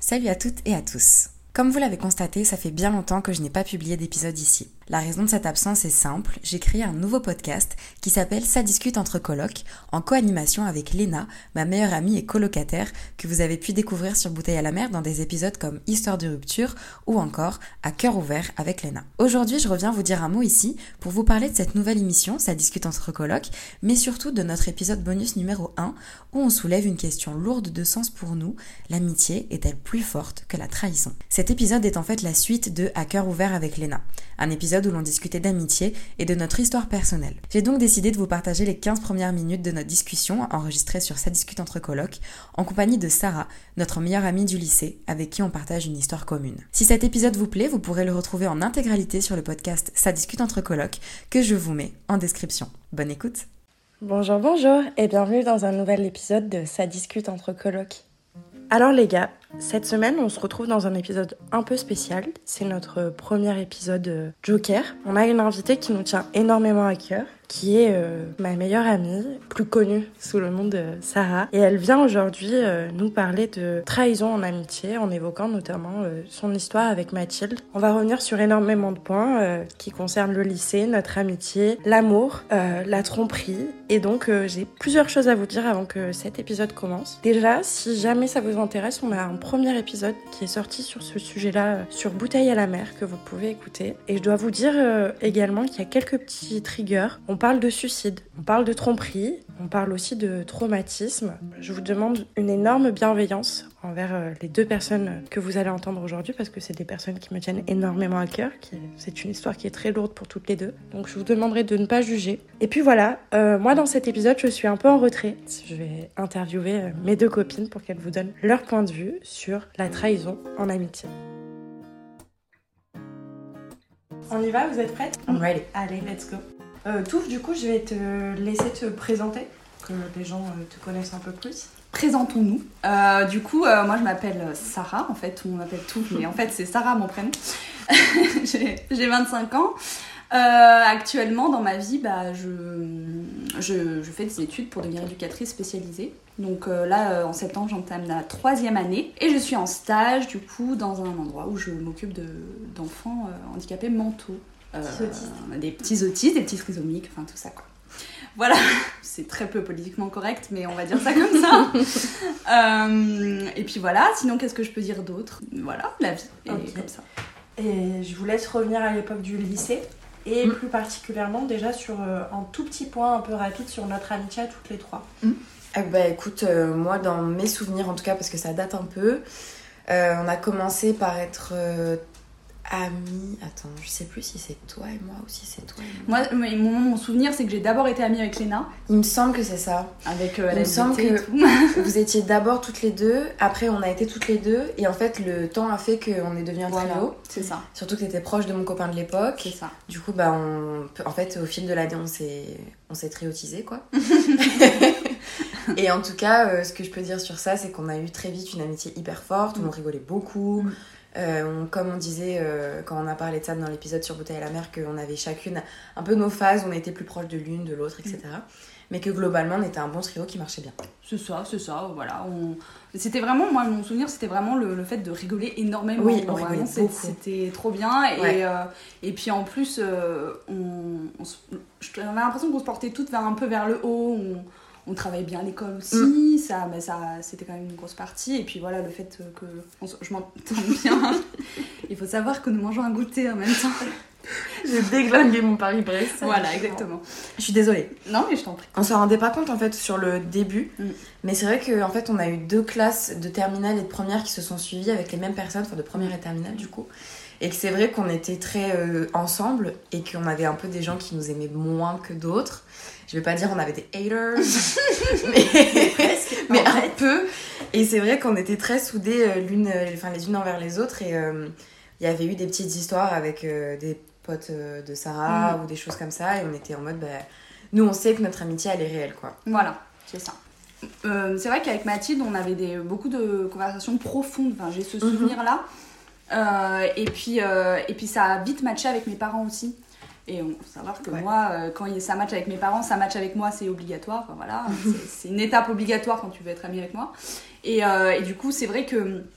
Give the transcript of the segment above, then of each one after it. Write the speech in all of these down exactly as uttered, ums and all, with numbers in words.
Salut à toutes et à tous. Comme vous l'avez constaté, ça fait bien longtemps que je n'ai pas publié d'épisode ici. La raison de cette absence est simple, j'ai créé un nouveau podcast qui s'appelle Ça discute entre colocs, en co-animation avec Léna, ma meilleure amie et colocataire, que vous avez pu découvrir sur Bouteille à la mer dans des épisodes comme Histoire de rupture ou encore À cœur ouvert avec Léna. Aujourd'hui, je reviens vous dire un mot ici pour vous parler de cette nouvelle émission, Ça discute entre colocs, mais surtout de notre épisode bonus numéro un où on soulève une question lourde de sens pour nous, l'amitié est-elle plus forte que la trahison ? Cet épisode est en fait la suite de À cœur ouvert avec Léna, un épisode où l'on discutait d'amitié et de notre histoire personnelle. J'ai donc décidé de vous partager les quinze premières minutes de notre discussion enregistrée sur Ça discute entre colocs, en compagnie de Sarah, notre meilleure amie du lycée, avec qui on partage une histoire commune. Si cet épisode vous plaît, vous pourrez le retrouver en intégralité sur le podcast Ça discute entre colocs, que je vous mets en description. Bonne écoute. Bonjour, bonjour, et bienvenue dans un nouvel épisode de Ça discute entre colocs. Alors les gars, cette semaine, on se retrouve dans un épisode un peu spécial. C'est notre premier épisode Joker. On a une invitée qui nous tient énormément à cœur, qui est euh, ma meilleure amie, plus connue sous le nom de Sarah. Et elle vient aujourd'hui euh, nous parler de trahison en amitié, en évoquant notamment euh, son histoire avec Mathilde. On va revenir sur énormément de points euh, qui concernent le lycée, notre amitié, l'amour, euh, la tromperie. Et donc, euh, j'ai plusieurs choses à vous dire avant que cet épisode commence. Déjà, si jamais ça vous intéresse, on a un premier épisode qui est sorti sur ce sujet-là, euh, sur Bouteille à la mer, que vous pouvez écouter. Et je dois vous dire euh, également qu'il y a quelques petits triggers. On parle de suicide, on parle de tromperie, on parle aussi de traumatisme. Je vous demande une énorme bienveillance envers euh, les deux personnes que vous allez entendre aujourd'hui, parce que c'est des personnes qui me tiennent énormément à cœur. Qui... C'est une histoire qui est très lourde pour toutes les deux. Donc je vous demanderai de ne pas juger. Et puis voilà, euh, moi dans cet épisode, je suis un peu en retrait. Je vais interviewer euh, mes deux copines pour qu'elles vous donnent leur point de vue sur la trahison en amitié. On y va, vous êtes prêtes ? Ready. Allez, let's go. Euh, Touf, du coup, je vais te laisser te présenter, que les gens euh, te connaissent un peu plus. Présentons-nous. Euh, du coup, euh, moi je m'appelle Sarah, en fait, on m'appelle Touf, mais en fait c'est Sarah mon prénom. j'ai, j'ai vingt-cinq ans. Euh, actuellement, dans ma vie, bah, je, je, je fais des études pour devenir éducatrice spécialisée. Donc euh, là, euh, en septembre, j'entame la troisième année. Et je suis en stage, du coup, dans un endroit où je m'occupe de, d'enfants euh, handicapés mentaux. Euh, Petits autistes. Des petits autistes, des petits trisomiques, enfin tout ça quoi. Voilà, c'est très peu politiquement correct, mais on va dire ça comme ça. euh, et puis voilà, sinon qu'est-ce que je peux dire d'autre ? Voilà, la vie est Okay. comme ça. Et je vous laisse revenir à l'époque du lycée, et Mm. plus particulièrement déjà sur euh, un tout petit point un peu rapide sur notre amitié à toutes les trois. Mm. Eh bah écoute, euh, moi dans mes souvenirs en tout cas, parce que ça date un peu, euh, on a commencé par être euh, amis. Attends, je sais plus si c'est toi et moi ou si c'est toi et moi. Moi, mon, mon souvenir, c'est que j'ai d'abord été amie avec Léna, Il me semble que c'est ça. avec euh, Il me la semble L G B T que- et tout. Vous étiez d'abord toutes les deux, après on a été toutes les deux, et en fait le temps a fait qu'on est devenu un Voilà, trio. c'est ça, Surtout que t'étais proche de mon copain de l'époque. c'est ça. Du coup, bah, on... en fait, au fil de l'année, on s'est, on s'est triotisé, quoi. Et en tout cas, euh, ce que je peux dire sur ça, c'est qu'on a eu très vite une amitié hyper forte, où on rigolait beaucoup. Mm. Euh, on- comme on disait euh, quand on a parlé de ça dans l'épisode sur Bouteille à la mer, qu'on avait chacune un peu nos phases, on était plus proches de l'une, de l'autre, et cetera. Mais que globalement, on était un bon trio qui marchait bien. C'est ça, c'est ça, voilà. On... C'était vraiment, moi, mon souvenir, c'était vraiment le, le fait de rigoler énormément. Oui, on Vraiment, rigolait c'est- beaucoup. C'était trop bien. Et, Ouais. euh, et puis en plus, euh, on, on se- j'avais l'impression qu'on se portait toutes vers, un peu vers le haut. On, on travaillait bien à l'école aussi. Mm. Ça, bah, ça, c'était quand même une grosse partie. Et puis voilà, le fait que on se- je m'entends bien. Il faut savoir que nous mangeons un goûter en même temps. J'ai déglingué mon Paris-Brest. Voilà, exactement. Je suis désolée. Non, mais je t'en prie. On s'en rendait pas compte en fait sur le début, Mm. mais c'est vrai qu'en fait on a eu deux classes de terminale et de première qui se sont suivies avec les mêmes personnes, enfin de première et terminale du coup, et que c'est vrai qu'on était très euh, ensemble et qu'on avait un peu des gens qui nous aimaient moins que d'autres. Je vais pas dire on avait des haters, mais, mais un peu. Et c'est vrai qu'on était très soudées euh, l'une, euh, enfin, les unes envers les autres, et il euh, y avait eu des petites histoires avec euh, des potes euh, de Sarah Mm. ou des choses comme ça, et on était en mode bah, nous on sait que notre amitié elle est réelle quoi. Voilà, c'est ça. Euh, c'est vrai qu'avec Mathilde, on avait des, beaucoup de conversations profondes. Enfin, j'ai ce souvenir-là. Euh, et, puis, euh, et puis, ça a vite matché avec mes parents aussi. Et on faut savoir que Ouais. moi, euh, quand il- ça match avec mes parents, ça match avec moi, c'est obligatoire. Enfin, voilà, c'est, c'est une étape obligatoire quand tu veux être amie avec moi. Et, euh, et du coup, c'est vrai que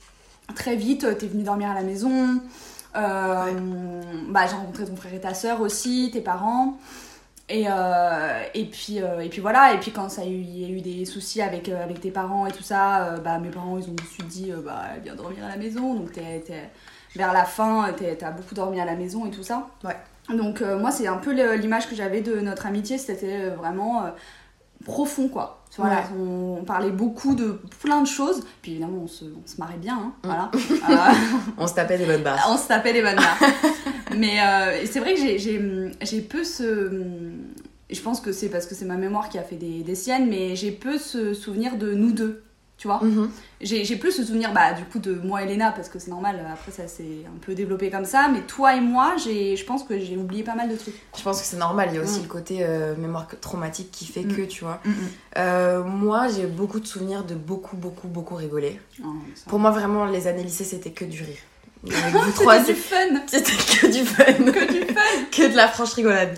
très vite, t'es venu dormir à la maison. Euh, ouais. bah, j'ai rencontré ton frère et ta sœur aussi, tes parents. Et, euh, et, puis, euh, et puis voilà, et puis quand ça a eu, il y a eu des soucis avec, euh, avec tes parents et tout ça, euh, bah, mes parents ils ont tout de suite dit euh, bah, viens dormir à la maison. Donc t'es, t'es, vers la fin, t'es, t'as beaucoup dormi à la maison et tout ça. Ouais. Donc euh, moi, c'est un peu l'image que j'avais de notre amitié, c'était vraiment euh, profond quoi. Voilà, ouais. on, on parlait beaucoup de plein de choses, puis évidemment on se, on se marrait bien, hein, mmh. voilà. euh, on se tapait des bonnes barres. On se tapait des bonnes barres. Mais euh, c'est vrai que j'ai, j'ai, j'ai peu ce... Je pense que c'est parce que c'est ma mémoire qui a fait des, des siennes, mais j'ai peu ce souvenir de nous deux, tu vois. Mm-hmm. J'ai, j'ai plus ce souvenir bah, du coup de moi et Léna, parce que c'est normal, après ça s'est un peu développé comme ça, mais toi et moi, j'ai, je pense que j'ai oublié pas mal de trucs. Je pense que c'est normal, il y a aussi mm. le côté euh, mémoire traumatique qui fait mm. que, tu vois. Mm-hmm. Euh, moi, j'ai beaucoup de souvenirs de beaucoup, beaucoup, beaucoup rigoler. Oh, Pour moi, vraiment, les années lycée, c'était que du rire. Avec vous trois, c'était du fun. C'était que du fun. Que du fun. Que de la franche rigolade.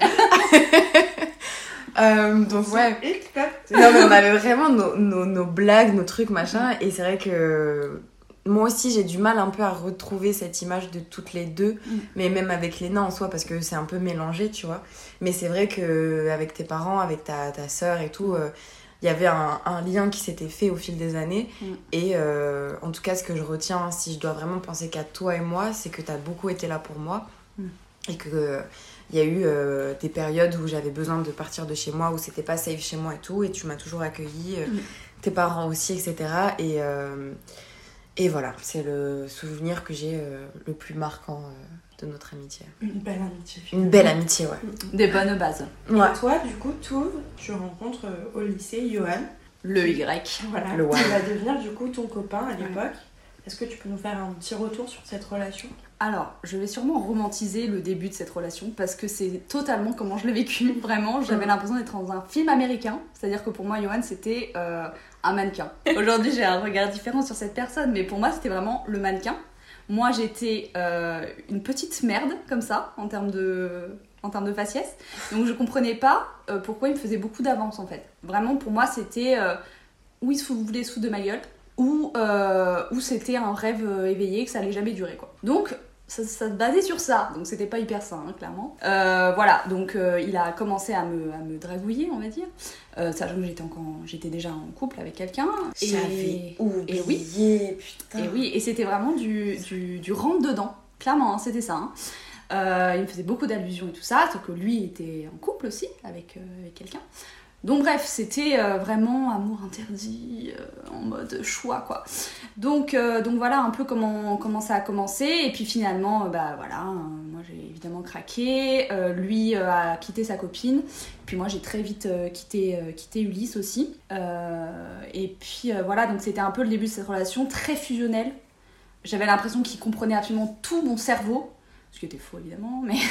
euh, donc ouais. Non mais on avait vraiment nos, nos, nos blagues, nos trucs, machin. Et c'est vrai que moi aussi, j'ai du mal un peu à retrouver cette image de toutes les deux. Mm. Mais même avec Léna en soi, parce que c'est un peu mélangé, tu vois. Mais c'est vrai qu'avec tes parents, avec ta, ta sœur et tout... Euh, il y avait un, un lien qui s'était fait au fil des années. Mm. Et euh, en tout cas, ce que je retiens, si je dois vraiment penser qu'à toi et moi, c'est que tu as beaucoup été là pour moi. Mm. Et qu'il euh, y a eu euh, des périodes où j'avais besoin de partir de chez moi, où c'était pas safe chez moi et tout. Et tu m'as toujours accueillie, euh, mm. tes parents aussi, et cetera. Et, euh, et voilà, c'est le souvenir que j'ai euh, le plus marquant euh, de notre amitié. Une belle amitié. Une belle amitié, ouais. Des bonnes bases. Et ouais. toi, du coup, t'ouvres, tu rencontres euh, au lycée Johan. Le Y. Voilà, le qui va devenir du coup ton copain à l'époque. Ouais. Est-ce que tu peux nous faire un petit retour sur cette relation ? Alors, je vais sûrement romantiser le début de cette relation parce que c'est totalement comment je l'ai vécu, vraiment. J'avais mmh. l'impression d'être dans un film américain. C'est-à-dire que pour moi, Johan, c'était euh, un mannequin. Aujourd'hui, j'ai un regard différent sur cette personne, mais pour moi, c'était vraiment le mannequin. Moi, j'étais euh, une petite merde, comme ça, en termes de, en termes de faciès. Donc, je comprenais pas euh, pourquoi il me faisait beaucoup d'avance, en fait. Vraiment, pour moi, c'était euh, où il se voulait se foutre de ma gueule, ou euh, où c'était un rêve éveillé, que ça allait jamais durer, quoi. Donc, ça, ça se basait sur ça. Donc, c'était pas hyper sain, hein, clairement. Euh, voilà, donc euh, il a commencé à me, à me dragouiller, on va dire. Euh, sachant que j'étais, encore, j'étais déjà en couple avec quelqu'un. J'avais oublié, et oui, putain. Et oui, et c'était vraiment du, du, du rentre-dedans. Clairement, hein, c'était ça. Hein. Euh, il me faisait beaucoup d'allusions et tout ça, sauf que lui était en couple aussi avec, euh, avec quelqu'un. Donc bref, c'était euh, vraiment amour interdit, euh, en mode choix, quoi. Donc, euh, donc voilà un peu comment, comment ça a commencé. Et puis finalement, euh, bah voilà, euh, moi j'ai évidemment craqué. Euh, lui euh, a quitté sa copine. Puis moi j'ai très vite euh, quitté, euh, quitté Ulysse aussi. Euh, et puis euh, voilà, donc c'était un peu le début de cette relation très fusionnelle. J'avais l'impression qu'il comprenait absolument tout mon cerveau. Ce qui était faux évidemment, mais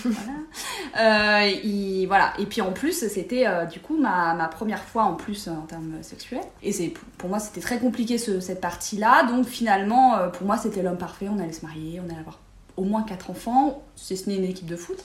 voilà. Euh, il, voilà. Et puis en plus, c'était euh, du coup ma, ma première fois en plus euh, en termes sexuels. Et c'est, pour moi, c'était très compliqué ce, cette partie-là. Donc finalement, euh, pour moi, c'était l'homme parfait. On allait se marier, on allait avoir au moins quatre enfants, si ce n'est une équipe de foot.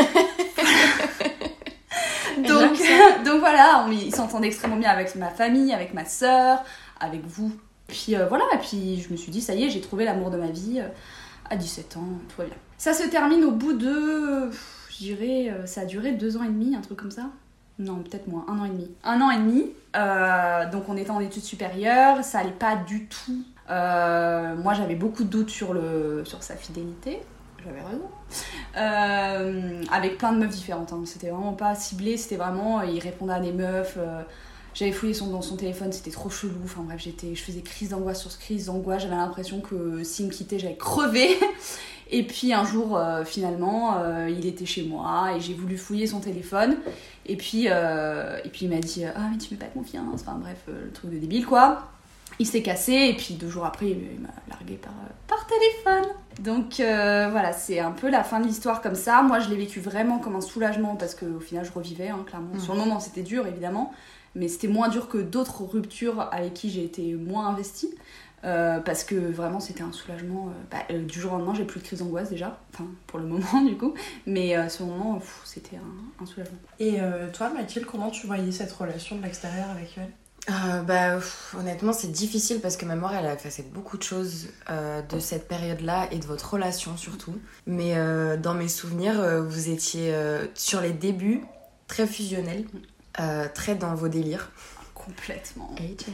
donc, donc voilà, on, il s'entendait extrêmement bien avec ma famille, avec ma sœur, avec vous. Puis euh, voilà, et puis je me suis dit, ça y est, j'ai trouvé l'amour de ma vie. Euh, à dix-sept ans, tout va bien. Ça se termine au bout de, je dirais, ça a duré deux ans et demi, un truc comme ça. Non, peut-être moins, un an et demi. Un an et demi, euh, donc on était en études supérieures, ça allait pas du tout. Euh, moi, j'avais beaucoup de doutes sur, le, sur sa fidélité, j'avais raison. Euh, avec plein de meufs différentes, hein. C'était vraiment pas ciblé, c'était vraiment, il répondait à des meufs... Euh, J'avais fouillé son, dans son téléphone, c'était trop chelou. Enfin bref, j'étais, je faisais crise d'angoisse sur crise d'angoisse. J'avais l'impression que s'il me quittait, j'allais crever. Et puis un jour, euh, finalement, euh, il était chez moi et j'ai voulu fouiller son téléphone. Et puis, euh, et puis il m'a dit « Ah, mais tu me fais pas confiance ?» Enfin bref, euh, le truc de débile, quoi. Il s'est cassé et puis deux jours après, il m'a largué par, par téléphone. Donc euh, voilà, c'est un peu la fin de l'histoire comme ça. Moi, je l'ai vécu vraiment comme un soulagement parce qu'au final, je revivais, hein, clairement. Mmh. Sur le moment, c'était dur, évidemment. Mais c'était moins dur que d'autres ruptures avec qui j'ai été moins investie. Euh, parce que vraiment, c'était un soulagement. Euh, bah, euh, du jour au lendemain, j'ai plus de crise d'angoisse déjà. Enfin, pour le moment, du coup. Mais euh, ce moment, pff, c'était un, un soulagement. Et euh, toi, Mathilde, comment tu voyais cette relation de l'extérieur avec elle ? Euh, bah, pff, honnêtement, c'est difficile parce que ma mère, elle a effacé beaucoup de choses euh, de cette période-là et de votre relation surtout. Mais euh, dans mes souvenirs, euh, vous étiez euh, sur les débuts très fusionnels, euh, très dans vos délires. Complètement. A J.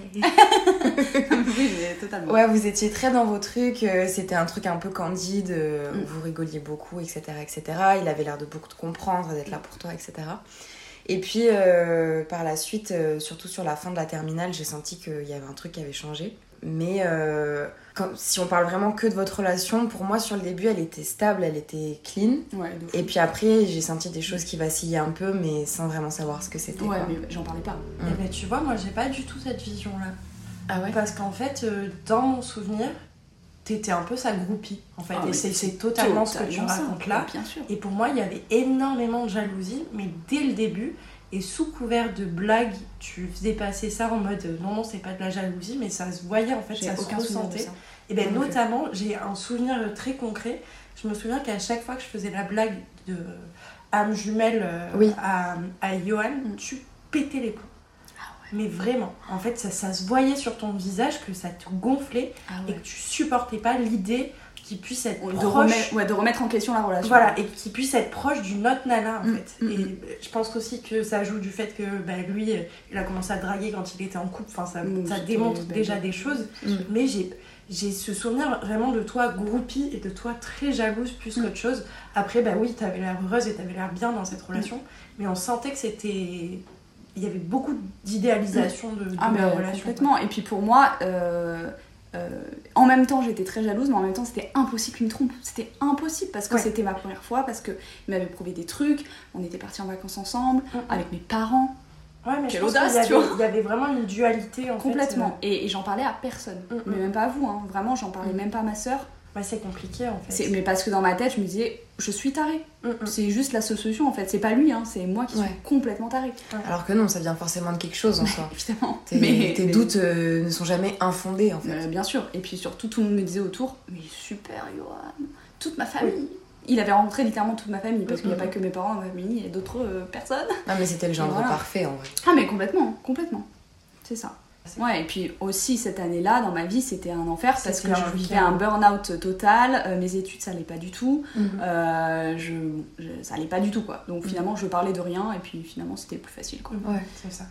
Oui, mais totalement. Ouais, vous étiez très dans vos trucs. euh, C'était un truc un peu candide, euh, Mm. où vous rigoliez beaucoup, et cetera, et cetera. Il avait l'air de beaucoup te comprendre, d'être là pour toi, et cetera. Et puis, euh, par la suite, euh, surtout sur la fin de la terminale, j'ai senti qu'il y avait un truc qui avait changé. Mais euh, quand- si on parle vraiment que de votre relation, pour moi, sur le début, elle était stable, elle était clean. Ouais, de fou. Et puis après, j'ai senti des choses qui vacillaient un peu, mais sans vraiment savoir ce que c'était. Ouais, quoi. mais j'en parlais pas. Mm. Eh ben, tu vois, moi, j'ai pas du tout cette vision-là. Ah ouais. Parce qu'en fait, euh, dans mon souvenir, t'étais un peu sa groupie, en fait. Ah, et mais c'est c'est c'est totalement ce que tu totalement ça. racontes là. Bien sûr. Et pour moi, il y avait énormément de jalousie, mais dès le début, et sous couvert de blagues, tu faisais passer ça en mode euh, non, non, c'est pas de la jalousie, mais ça se voyait, en fait, J'ai ça se aucun souvenir de ressentait. ça. Et bien, Non plus. notamment, j'ai un souvenir très concret. Je me souviens qu'à chaque fois que je faisais la blague de âme jumelle euh, Oui. à, à Johan, Mm. tu pétais les plombs. Ah Mais vraiment, en fait, ça, ça se voyait sur ton visage que ça te gonflait Ah et ouais. que tu supportais pas l'idée qu'il puisse être De, proche. remettre, ouais, de remettre en question la relation. Voilà, et qu'il puisse être proche d'une autre nana en Mm, fait. mm, Et mm. je pense aussi que ça joue du fait que bah, lui, il a commencé à draguer quand il était en couple. Enfin, ça, Mm, ça c'était démontre belle. déjà des choses. Mm. Mais j'ai, j'ai ce souvenir vraiment de toi groupie et de toi très jalouse plus Mm. qu'autre chose. Après, bah oui, t'avais l'air heureuse et t'avais l'air bien dans cette relation. Mais on sentait que c'était... Il y avait beaucoup d'idéalisation de, de Ah, mais la euh, relation. complètement. Et puis pour moi, euh, euh, en même temps, j'étais très jalouse, mais en même temps, c'était impossible qu'il me trompe. C'était impossible parce que Ouais. c'était ma première fois, parce qu'il m'avait prouvé des trucs. On était partis en vacances ensemble, Mm. avec mes parents, Ouais, mais je Quelle pense audace, qu'il y tu avait, vois. il y avait vraiment une dualité en complètement. Et, et j'en parlais à personne, Mm, mm. mais même pas à vous. Hein. Vraiment, j'en parlais Mm. même pas à ma sœur. fait. Bah, c'est compliqué en fait. C'est- Mais parce que dans ma tête, je me disais, je suis tarée. Mm, mm. C'est juste la seule solution en fait. C'est pas lui, hein. C'est moi qui Ouais. suis complètement tarée. Alors que non, ça vient forcément de quelque chose en soi. Évidemment. Tes, Mais- tes mais- doutes euh, ne sont jamais infondés en fait. Euh, bien sûr. Et puis surtout, tout le monde me disait autour, mais super, Johan, toute ma famille. Il avait rencontré littéralement toute ma famille, parce qu'il n'y a pas que mes parents dans ma famille, il y a d'autres euh, personnes. Non mais c'était le genre Et voilà. parfait en vrai. Ah, mais complètement, complètement. C'est ça. Ouais, et puis aussi cette année-là, dans ma vie, c'était un enfer parce C'était que un je vivais week-end. un burn-out total, euh, mes études ça allait pas du tout, Mhm. euh, je, je- ça allait pas du tout quoi. Donc finalement, je parlais de rien et puis finalement, c'était plus facile quoi. Ouais. C'est ça.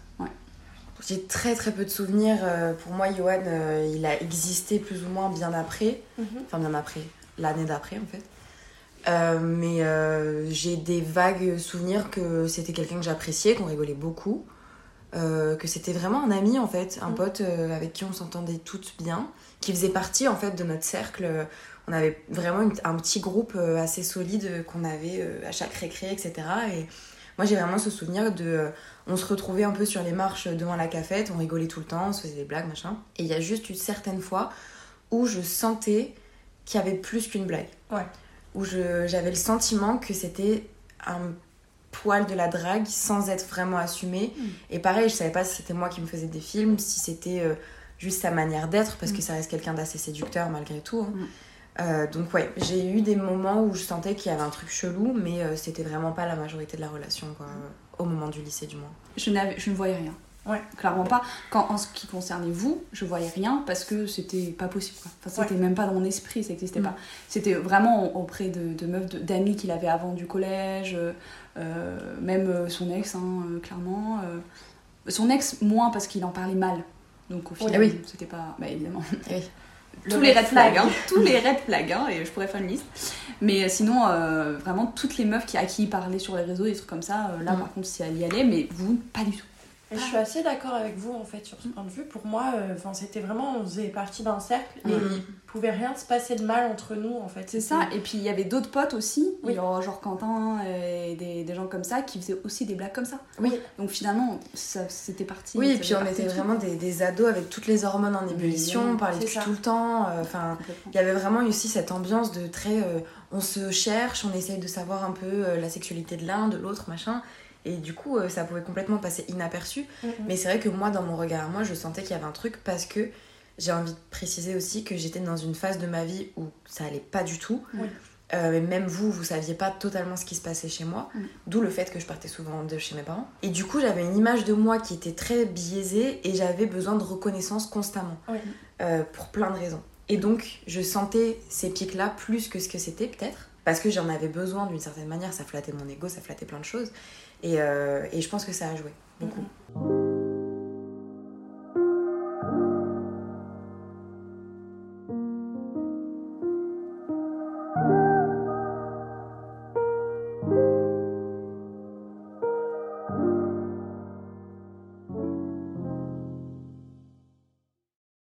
J'ai très très peu de souvenirs. euh, Pour moi, Johan, euh, il a existé plus ou moins bien après. Enfin, bien après. L'année d'après, en fait. Euh, mais euh, j'ai des vagues souvenirs que c'était quelqu'un que j'appréciais, qu'on rigolait beaucoup. Euh, que c'était vraiment un ami, en fait. Un Mm. pote euh, avec qui on s'entendait toutes bien. Qui faisait partie, en fait, de notre cercle. On avait vraiment une- un petit groupe euh, assez solide euh, qu'on avait euh, à chaque récré, et cetera. Et moi, j'ai vraiment ce souvenir de... euh, on se retrouvait un peu sur les marches devant la cafette, on rigolait tout le temps, on se faisait des blagues, machin. Et il y a juste eu certaines fois où je sentais qu'il y avait plus qu'une blague. Ouais. Où je, j'avais le sentiment que c'était un poil de la drague sans être vraiment assumé. Mm. Et pareil, je savais pas si c'était moi qui me faisais des films, si c'était euh, juste sa manière d'être, parce Mm. que ça reste quelqu'un d'assez séducteur malgré tout. hein. Mm. Euh, donc ouais, j'ai eu des moments où je sentais qu'il y avait un truc chelou, mais euh, c'était vraiment pas la majorité de la relation, quoi, euh, au moment du lycée du moins. Je, n'avais, je ne voyais rien. Ouais. Clairement pas. Quand, en ce qui concernait vous, je voyais rien parce que c'était pas possible. Quoi. Enfin, c'était même pas dans mon esprit, ça n'existait Mm. pas. C'était vraiment auprès de, de meufs, de- d'amis qu'il avait avant du collège, euh, même euh, son ex, hein, euh, clairement. euh. Son ex, moins parce qu'il en parlait mal. Donc au final, Oui. c'était pas. Bah évidemment. Oui. Tous les red flags, hein, tous les red flags, hein, et je pourrais faire une liste. Mais euh, sinon, euh, vraiment, toutes les meufs qui, à qui il parlait sur les réseaux, des trucs comme ça, euh, là Mm. par contre, si elle y allait, mais vous, pas du tout. Et je suis assez d'accord avec vous en fait sur ce point de vue. Pour moi, euh, 'fin, c'était vraiment, on faisait partie d'un cercle et Mhm. il pouvait rien se passer de mal entre nous en fait. C'est C'était- ça, et puis il y avait d'autres potes aussi, Oui. genre, genre Quentin et des, des gens comme ça qui faisaient aussi des blagues comme ça. Oui. Donc finalement, ça, c'était parti. Oui, ça et puis faisait on partie était du vraiment truc. des, des ados avec toutes les hormones en ébullition, évidemment, on parlait c'est de ça. tout le temps. euh, Enfin, Complètement. il y avait vraiment aussi cette ambiance de très. euh, on se cherche, on essaye de savoir un peu euh, la sexualité de l'un, de l'autre, machin. Et du coup, euh, ça pouvait complètement passer inaperçu. Mhm. Mais c'est vrai que moi, dans mon regard, moi, je sentais qu'il y avait un truc parce que j'ai envie de préciser aussi que j'étais dans une phase de ma vie où ça allait pas du tout. Oui. Euh, et même vous, vous saviez pas totalement ce qui se passait chez moi, mm. d'où le fait que je partais souvent de chez mes parents. Et du coup, j'avais une image de moi qui était très biaisée et j'avais besoin de reconnaissance constamment, Oui. euh, pour plein de raisons. Et donc, je sentais ces pics-là plus que ce que c'était, peut-être, parce que j'en avais besoin d'une certaine manière, ça flattait mon ego, ça flattait plein de choses. Et, euh, et je pense que ça a joué, beaucoup. Mm-hmm.